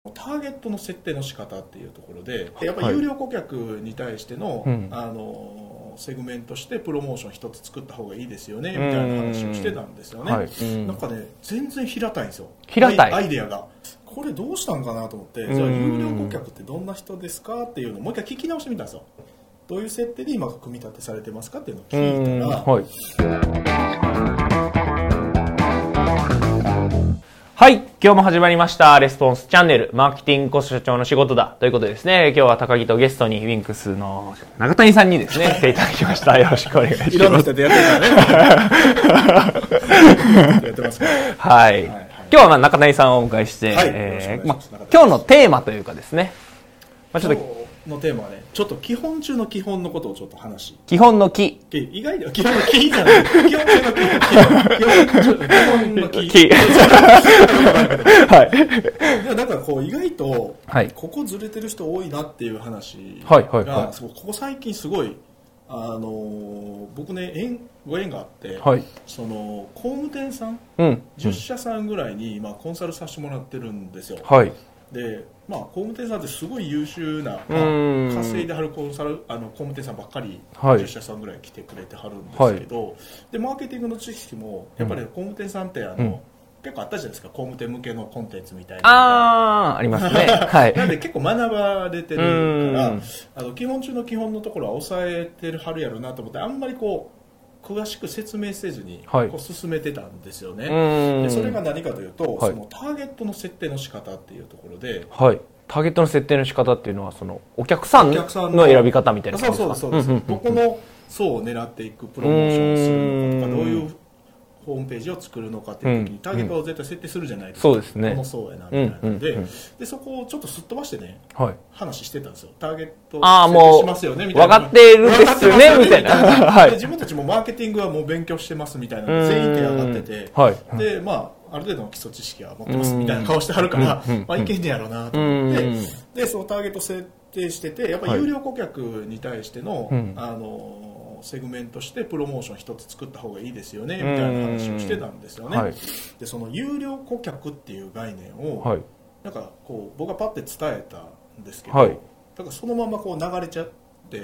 ターゲットの設定の仕方っていうところで、やっぱり有料顧客に対しての、セグメントしてプロモーション一つ作った方がいいですよねみたいな話をしてたんですよね。なんかね、全然平たいんですよ、アイデアが。これどうしたんかなと思って、じゃあ有料顧客ってどんな人ですかっていうのをもう一回聞き直してみたんですよ。どういう設定で今組み立てされてますかっていうのを聞いたら、 はい。今日も始まりました。レスポンスチャンネル。マーケティングこそ社長の仕事だ。ということでですね、今日は高木とゲストにウィンクスの中谷さんにですね、来ていただきました。よろしくお願いします。 いろんな人でやってるからね。やってますから。 はい。今日は中谷さんをお迎えして、今日のテーマというかですね、 ちょっとのテーマはね、ちょっと基本中の基本のことをちょっと基本の木。 意外と基本の木じゃない。基本中の基本の木。はい。でもなんかこう意外と、ここずれてる人多いなっていう話が、ここ最近すごい、僕ね、ご縁があって、その工務店さん、10社さんぐらいに今コンサルさせてもらってるんですよ。で、工務店さんってすごい優秀な、稼いではる工務店さんばっかり、10社さんぐらい来てくれてはるんですけど、でマーケティングの知識もやっぱり工務店さんって結構あったじゃないですか、工務店向けのコンテンツみたいな。 ありますね。 なんで結構学ばれてるから、基本中の基本のところは抑えてるはるやろなと思って、あんまりこう詳しく説明せずにこう進めてたんですよね。でそれが何かというと、そのターゲットの設定の仕方っていうところで、 ターゲットの設定の仕方っていうのはそのお客さんの選び方みたいな感じですか？ そうです。どこの層を狙っていくプロモーションをするのかとか、どういうホームページを作るのかっていう時にターゲットを絶対設定するじゃないですか。 そうですね。 この層やなみたいなので、そこをちょっとすっ飛ばしてね、話してたんですよ。ターゲット設定しますよねみたいな。 分かってるですよねみたいな。 自分たちもマーケティングはもう勉強してますみたいなので全員手上がってて、である程度の基礎知識は持ってますみたいな顔してはるから、いけんねやろうなと思って、でそのターゲット設定してて、やっぱり有料顧客に対してのセグメントしてプロモーション一つ作った方がいいですよねみたいな話をしてたんですよね。でその有料顧客っていう概念をなんかこう僕がパッて伝えたんですけど、だからそのままこう流れちゃって、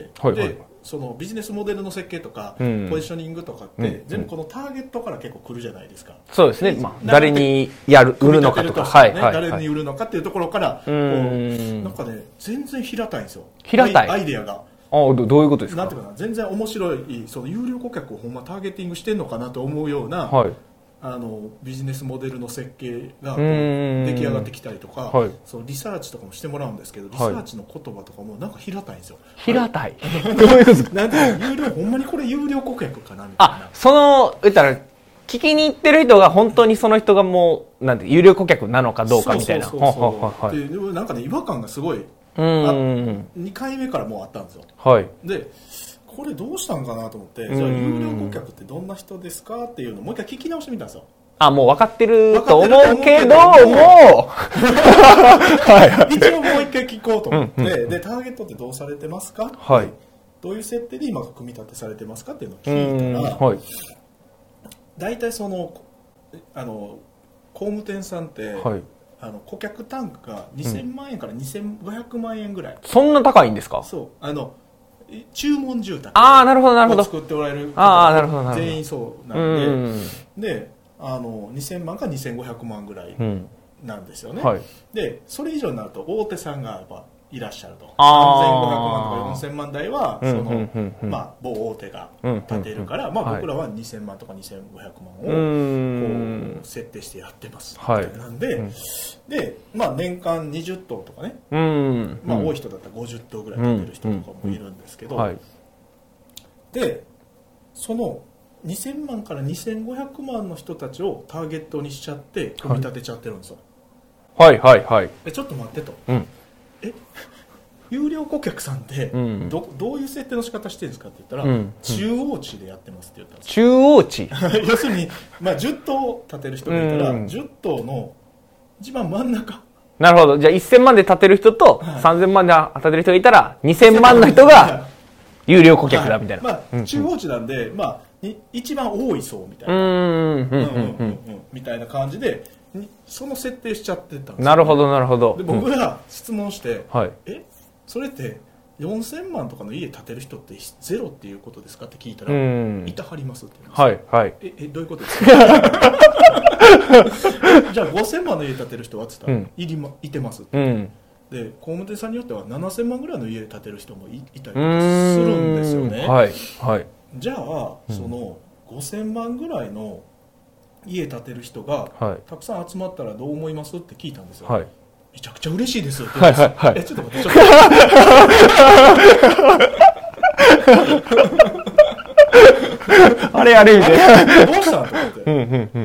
でそのビジネスモデルの設計とかポジショニングとかって全部このターゲットから結構来るじゃないですか。 そうですね。誰に売るのかとか、 誰に売るのかっていうところからなんかね、全然平たいんですよ。 平たいアイデアが。 どういうことですか？ なんていうかな、全然面白い、その有料顧客をほんまターゲティングしてんのかなと思うような、ビジネスモデルの設計が出来上がってきたりとか、そのリサーチとかもしてもらうんですけど、リサーチの言葉とかもなんか平たいんですよ。 平たい。どういうことですか？ なんていうの、ほんまにこれ有料顧客かなみたいな。 言ったら聞きに行ってる人が本当にその人がもうなんて有料顧客なのかどうかみたいな。 なんかね、違和感がすごい。2回目からもうあったんですよ。でこれどうしたんかなと思って、じゃあ有料顧客ってどんな人ですかっていうのをもう一回聞き直してみたんですよ。 もう分かってると思うけども一応もう一回聞こうと思って、でターゲットってどうされてますか、どういう設定で今組み立てされてますかっていうのを聞いたら、大体その工務店さんって、顧客単価が2000万円から2500万円ぐらい。 そんな高いんですか？ そう注文住宅を作っておられる方全員そうなんで、2000万から2500万ぐらいなんですよね。でそれ以上になると大手さんがやっぱいらっしゃると、3500万とか4000万台はその某大手が建てるから、僕らは2000万とか2500万をこう設定してやってますみたいなんで、年間20棟とかね、多い人だったら50棟ぐらい建てる人とかもいるんですけど、でその2000万から2500万の人たちをターゲットにしちゃって組み立てちゃってるんですよ。ちょっと待ってと、有料顧客さんってどういう設定の仕方してるんですかって言ったら、中央値でやってますって言ったんです。 中央値要するに、10棟建てる人がいたら、10棟の一番真ん中。 なるほど。じゃあ1000万で建てる人と3000万で建てる人がいたら、2000万の人が有料顧客だみたいな。 中央値なんで、一番多い層みたいなみたいな感じでその設定しちゃってたんですよ、ね、 なるほどなるほど。 で僕が質問して、 はい、 それって4000万とかの家建てる人ってゼロっていうことですかって聞いたら、いたはりますって言うんですよ。はいはい。どういうことですかじゃあ5000万の家建てる人はって言ったら、いてますって、で工務店さんによっては7000万ぐらいの家建てる人も いたりするんですよね。はいはい、じゃあその5000万ぐらいの家建てる人がたくさん集まったらどう思いますって聞いたんですよ。はい、めちゃくちゃ嬉しいですって言うんですよ。はいはいはい、ちょっと待ってちょっとあれあれみたいなどうしたんと思って、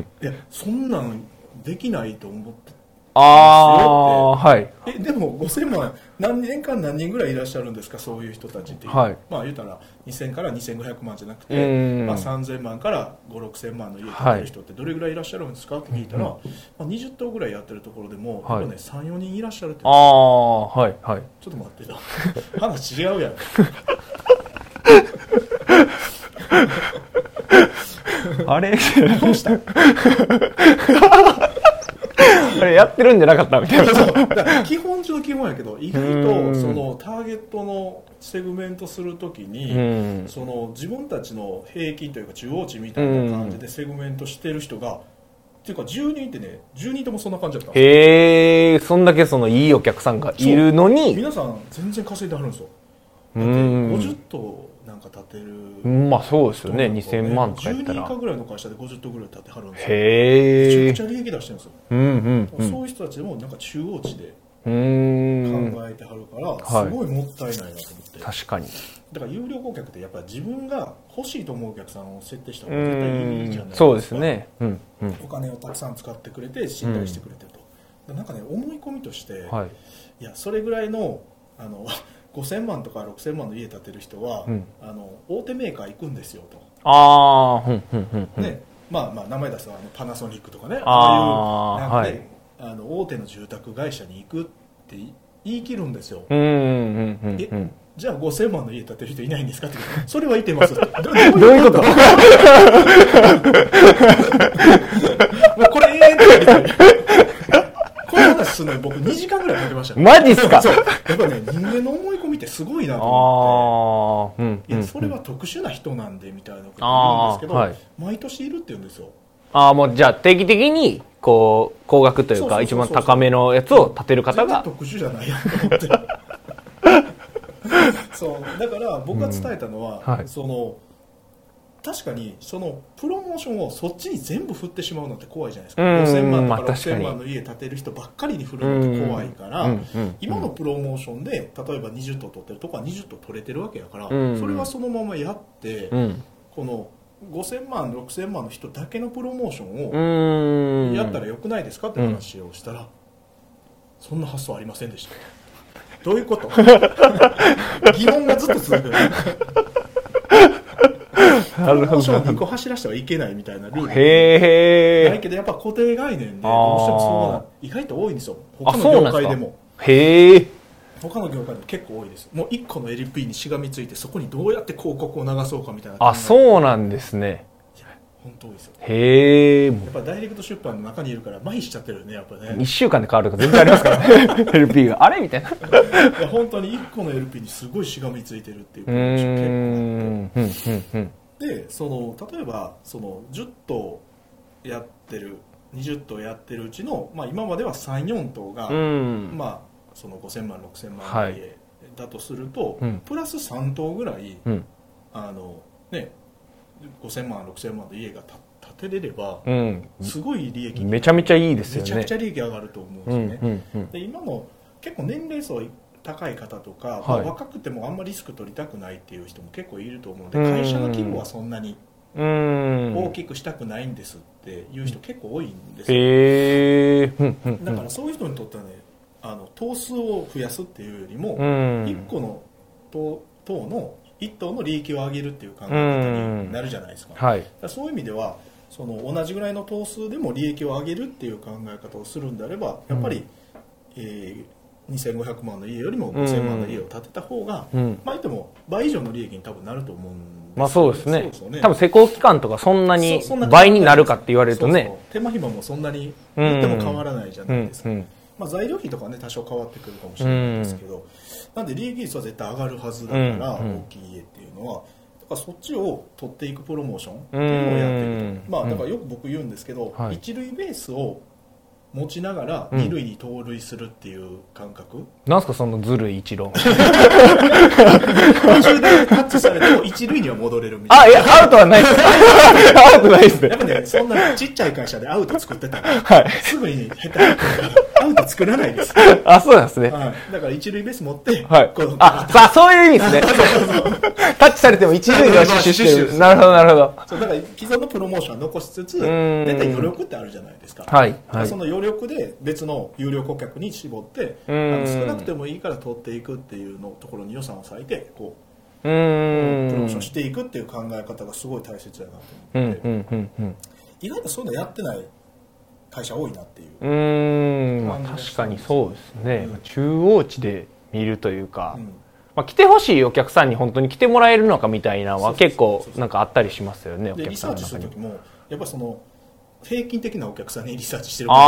いやそんなんできないと思ってはい、でも5000万年間何人ぐらいいらっしゃるんですかそういう人たちっていう、はい、まあ言うたら2000から2500万じゃなくて、まあ、3000万から5、6000万の家建てる人ってどれぐらいいらっしゃるんですかって聞いたら、まあ、20棟ぐらいやってるところでも、はい、ね、3、4人いらっしゃるって言うんですよ。はいはい、ちょっと待ってよ話違うやんあれどうしたあれやってるんじゃなかったみたいな。そうだから基本中の基本やけど意外とそのターゲットのセグメントするときにその自分たちの平均というか中央値みたいな感じでセグメントしてる人がっていうか10人ってね10人ともそんな感じだったんですよ。へえ、そんだけそのいいお客さんがいるのに皆さん全然稼いではるんですよ。だって50棟なんか建てる、まあそうですよね、2000万とかやったら10人以下ぐらいの会社で50棟ぐらい建てはるんですよ。へえ、めちゃくちゃ利益出してるんですよ。そういう人たちでもなんか中央値で考えてはるからすごいもったいないなと思って、確かにだから有料顧客ってやっぱり自分が欲しいと思うお客さんを設定した方が絶対いいじゃないですか。そうですね、お金をたくさん使ってくれて信頼してくれてると、なんかね思い込みとして、いやそれぐらいの5000万とか6000万の家建てる人は、大手メーカー行くんですよと。ね、まあ名前出すとパナソニックとかね、ああいうなんかね、大手の住宅会社に行くって言い切るんですよ。じゃあ5000万の家建てる人いないんですかって言うと、それはいてますどういうことこれ永遠とやりたいこの話するのに僕2時間ぐらいかけましたね。マジっすか。そうやっぱね人間の思い込みってすごいなと思って、いやそれは特殊な人なんでみたいなこと言うんですけど、毎年いるって言うんですよ。もうじゃあ定期的にこう高額というか一番高めのやつを建てる方が特殊じゃないやと思ってそうだから僕が伝えたのは、その確かにそのプロモーションをそっちに全部振ってしまうのって怖いじゃないですか。5000万とか6000万の家建てる人ばっかりに振るのって怖いから、今のプロモーションで例えば20棟取ってるとこは20棟取れてるわけやから、それはそのままやって、この5000万6000万の人だけのプロモーションをやったらよくないですかって話をしたら、そんな発想ありませんでした。どういうこと疑問がずっと続くプロモーション2個走らせてはいけないみたいなルールないけど、やっぱ固定概念でどうしてもそうな意外と多いんですよ。他の業界でも他の業界でも結構多いです。もう1個の LP にしがみついてそこにどうやって広告を流そうかみたいな。そうなんですね。本当多いですよ。へえ。やっぱダイレクト出版の中にいるから麻痺しちゃってるよね、やっぱね。1週間で変わるとか全然ありますからねLP があれみたいな。いや本当に1個の LP にすごいしがみついてるっていう感じ結構あって、でその例えばその10棟やってる20棟やってるうちの、まあ、今までは 3,4 棟が、まあその5000万6000万の家だとすると、プラス3棟ぐらい、ね5000万6000万の家が建てれれば、すごい利益めちゃめちゃいいですよね。めちゃくちゃ利益上がると思うんですよね。で今の結構年齢層高い方とか、若くてもあんまりリスク取りたくないっていう人も結構いると思うので、会社の規模はそんなに大きくしたくないんですっていう人結構多いんですよ。だからそういう人にとってはね、棟数を増やすっていうよりも1個の棟の1棟の利益を上げるっていう考え方になるじゃないですか。だからそういう意味ではその同じぐらいの棟数でも利益を上げるっていう考え方をするんであれば、やっぱり、2500万の家よりも5000万の家を建てた方が、まあ言っても倍以上の利益に多分なると思うんまあそうですね。多分施工期間とかそんなに倍になるかって言われるとね。 手間暇もそんなに言っても変わらないじゃないですか。まあ材料費とかね多少変わってくるかもしれないですけど、なんで利益率は絶対上がるはずだから、大きい家っていうのは。だからそっちを取っていくプロモーションっていうのをやっていくと。まあだからよく僕言うんですけど、一塁ベースを持ちながら二塁に盗塁するっていう感覚、 なんすかそのずるい一論。 途中でタッチされても一塁には戻れるみたいな。 アウトはないですアウトないですね。 やっぱね、そんなちっちゃい会社でアウト作ってたら、すぐに下手アウト作らないです。 そうなんですね。 だから一塁ベース持って、 そういう意味ですね。タッチされても一塁が死守してる。なるほどなるほど。 そうだから既存のプロモーションは残しつつ、大体余力ってあるじゃないですか。その余力で別の有料顧客に絞って、少なくてもいいから取っていくっていうのところに予算を割いてこうプロモーションしていくっていう考え方がすごい大切だなと思って、意外とそういうのやってない会社多いなっていう。 まあ、確かにそうですね。中央値で見るというか、まあ、来てほしいお客さんに本当に来てもらえるのかみたいなのは結構なんかあったりしますよね。お客さんの中に。リサーチする時もやっぱりその平均的なお客さんにリサーチしてるから、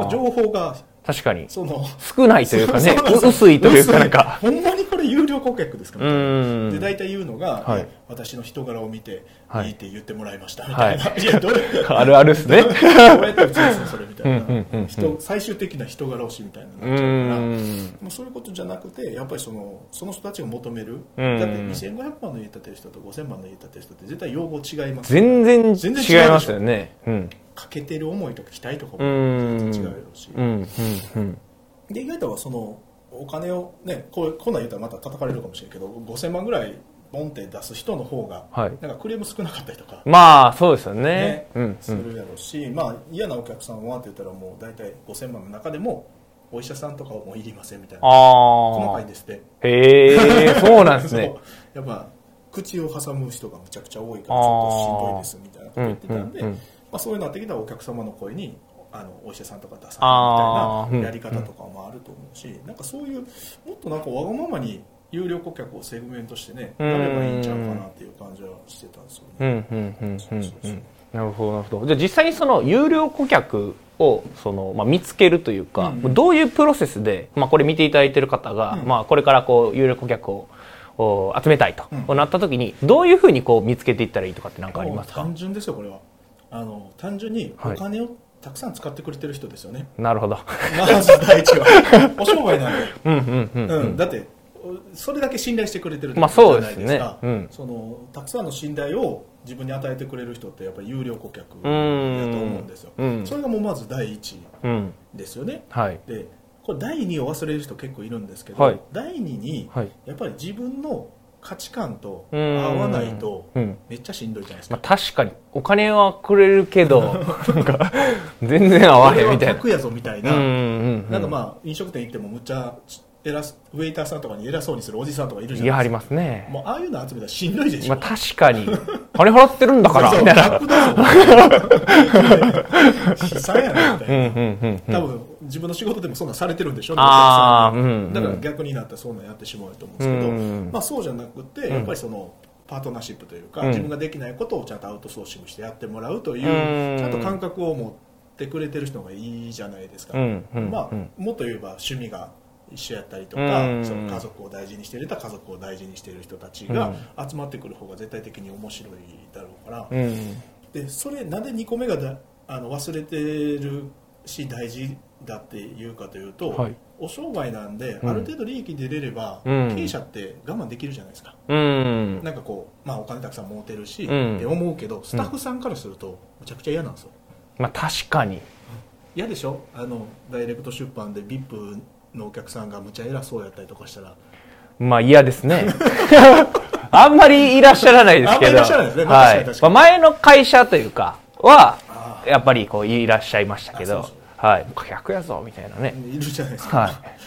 情報が確かに少ないというかね、薄いというかなんかほんまにこれ有料顧客ですかみたいな。で大体言うのが、私の人柄を見ていいって言ってもらいましたみたいな。いやどれあるあるですね。どうやって打ち出すのそれみたいな。最終的な人柄推しみたいななっちゃうから、もうそういうことじゃなくてやっぱりその人たちが求める。だって2500万の家建てる人と5000万の家建てる人って絶対用語違います。 全然違いますよね。 かけてる思いとか期待とかも全然違うし、で意外とはそのお金をねこんなん言ったらまた叩かれるかもしれないけど5000万ぐらいボンって出す人の方が、なんかクレーム少なかったりとかまあそうですよね、 するやろうし、まあ嫌なお客さんはって言ったらもう大体5000万の中でもお医者さんとかはもういりませんみたいな細かいですって。 へえそうなんですね。 やっぱ口を挟む人がむちゃくちゃ多いからちょっとしんどいですみたいなこと言ってたんで、まあ、そういうのなってきたらお客様の声にお医者さんとか出さないみたいなやり方とかもあると思うし、なんかそういうもっとなんかわがままに有料顧客をセグメントしてねやればいいんちゃうかなっていう感じはしてたんですよね。 なるほどなるほど。じゃあ実際にその有料顧客を見つけるというか、どういうプロセスで、これ見ていただいている方が、これからこう有料顧客を集めたいと、なった時にどういうふうにこう見つけていったらいいとかって何かありますか？ 単純ですよこれは。単純にお金をたくさん使ってくれてる人ですよね。 なるほど。 まず第一はお商売なんで、だってそれだけ信頼してくれてるじゃないですか。そのたくさんの信頼を自分に与えてくれる人ってやっぱり有料顧客だと思うんですよ。それがもうまず第一ですよね。でこれ第二を忘れる人結構いるんですけど、第二にやっぱり自分の価値観と合わないとめっちゃしんどいじゃないですか。 確かにお金はくれるけどなんか全然合わへんみたいな。 客やぞみたいな。なんかまあ飲食店行ってもむっちゃウェイターさんとかに偉そうにするおじさんとかいるじゃないですか。 いやありますね。 もうああいうの集めたらしんどいでしょ。 確かに金払ってるんだからみたいな。 悲惨やなみたいな。多分自分の仕事でもそんなされてるんでしょ。だから逆になったらそんなんやってしまうと思うんですけど、まあそうじゃなくてやっぱりそのパートナーシップというか、自分ができないことをちゃんとアウトソーシングしてやってもらうというちゃんと感覚を持ってくれてる人がいいじゃないですか。まあもっと言えば趣味が一緒やったりとか、その家族を大事にしている人は家族を大事にしている人たちが集まってくる方が絶対的に面白いだろうから、でそれなんで2個目が忘れてるし大事だっていうかというと、お商売なんである程度利益出れれば経営者って我慢できるじゃないですか。なんかこう、お金たくさん持てるしって思うけど、スタッフさんからするとむちゃくちゃ嫌なんですよ。 確かに嫌でしょ。ダイレクト出版で VIPのお客さんがむちゃ偉そうやったりとかしたら嫌ですね。あんまりいらっしゃらないですけど、前の会社というかはやっぱりこういらっしゃいましたけど、客やぞみたいなね。 いるじゃないですか。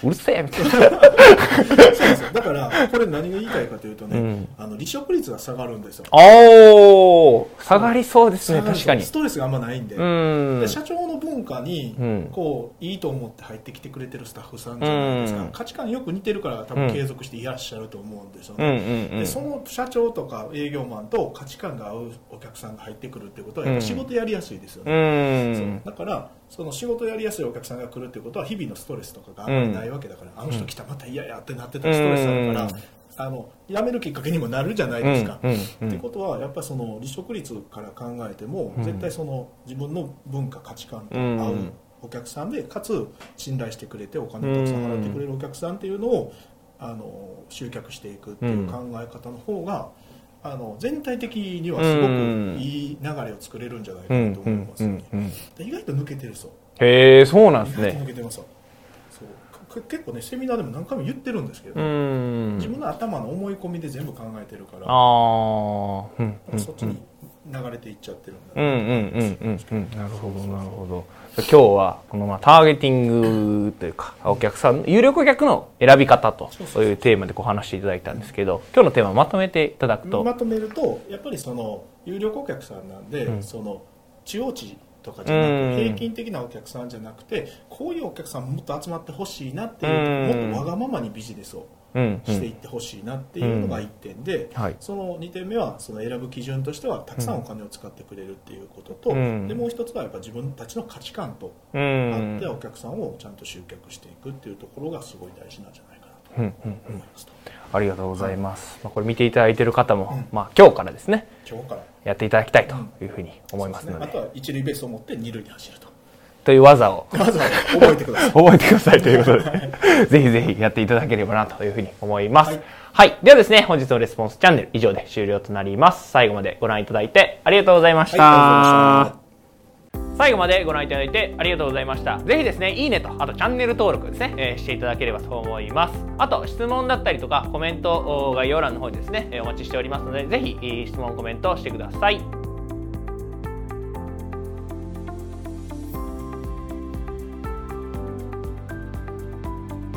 うるせえみたいなそうですよ。だからこれ何が言いたいかというとね、離職率が下がるんですよ。 下がりそうですね。確かにストレスがあんまないんで、で社長の文化にこういいと思って入ってきてくれてるスタッフさんじゃないですか。価値観よく似てるから多分継続していらっしゃると思うんですよね。でその社長とか営業マンと価値観が合うお客さんが入ってくるっていうことはやっぱ仕事やりやすいですよね。そうだからその仕事やりやすいお客さんが来るっていうことは日々のストレスとかがあんまりないわけだから、あの人来たまた嫌やってなってたらストレスあるから辞めるきっかけにもなるじゃないですか。ってことはやっぱりその離職率から考えても絶対その自分の文化価値観と合うお客さんで、かつ信頼してくれてお金をたくさん払ってくれるお客さんっていうのを集客していくっていう考え方の方が全体的にはすごくいい流れを作れるんじゃないかなと思いますよね。意外と抜けてるそう。 へえ、そうなんですね。 意外と抜けてますよ。そう結構ねセミナーでも何回も言ってるんですけど、自分の頭の思い込みで全部考えてるから、そっちに流れていっちゃってるんだなるほどなるほど。今日はこのターゲティングというかお客さん有力顧客の選び方というテーマでお話していただいたんですけど、今日のテーマをまとめていただくと、 まとめるとやっぱりその有力顧客さんなんで、その中央値とかじゃなくて平均的なお客さんじゃなくて、こういうお客さんもっと集まってほしいなっていう、もっとわがままにビジネスをしていってほしいなっていうのが1点で、その2点目はその選ぶ基準としてはたくさんお金を使ってくれるっていうことと、でもう一つはやっぱ自分たちの価値観とあってお客さんをちゃんと集客していくっていうところがすごい大事なんじゃないかなと思いますと。 ありがとうございます。これ見ていただいている方も、今日からですね、やっていただきたいというふうに思いますので、 あとは一塁ベースを持って二塁に走るという技を覚えてください。 覚えてくださいということで、ぜひぜひやっていただければなというふうに思います。はい。ではですね、本日のレスポンスチャンネル以上で終了となります。最後までご覧いただいてありがとうございました。最後までご覧いただいてありがとうございました。ぜひですね、いいねと、あとチャンネル登録ですね、していただければと思います。あと、質問だったりとか、コメント、概要欄の方にですね、お待ちしておりますので、ぜひ質問、コメントしてください。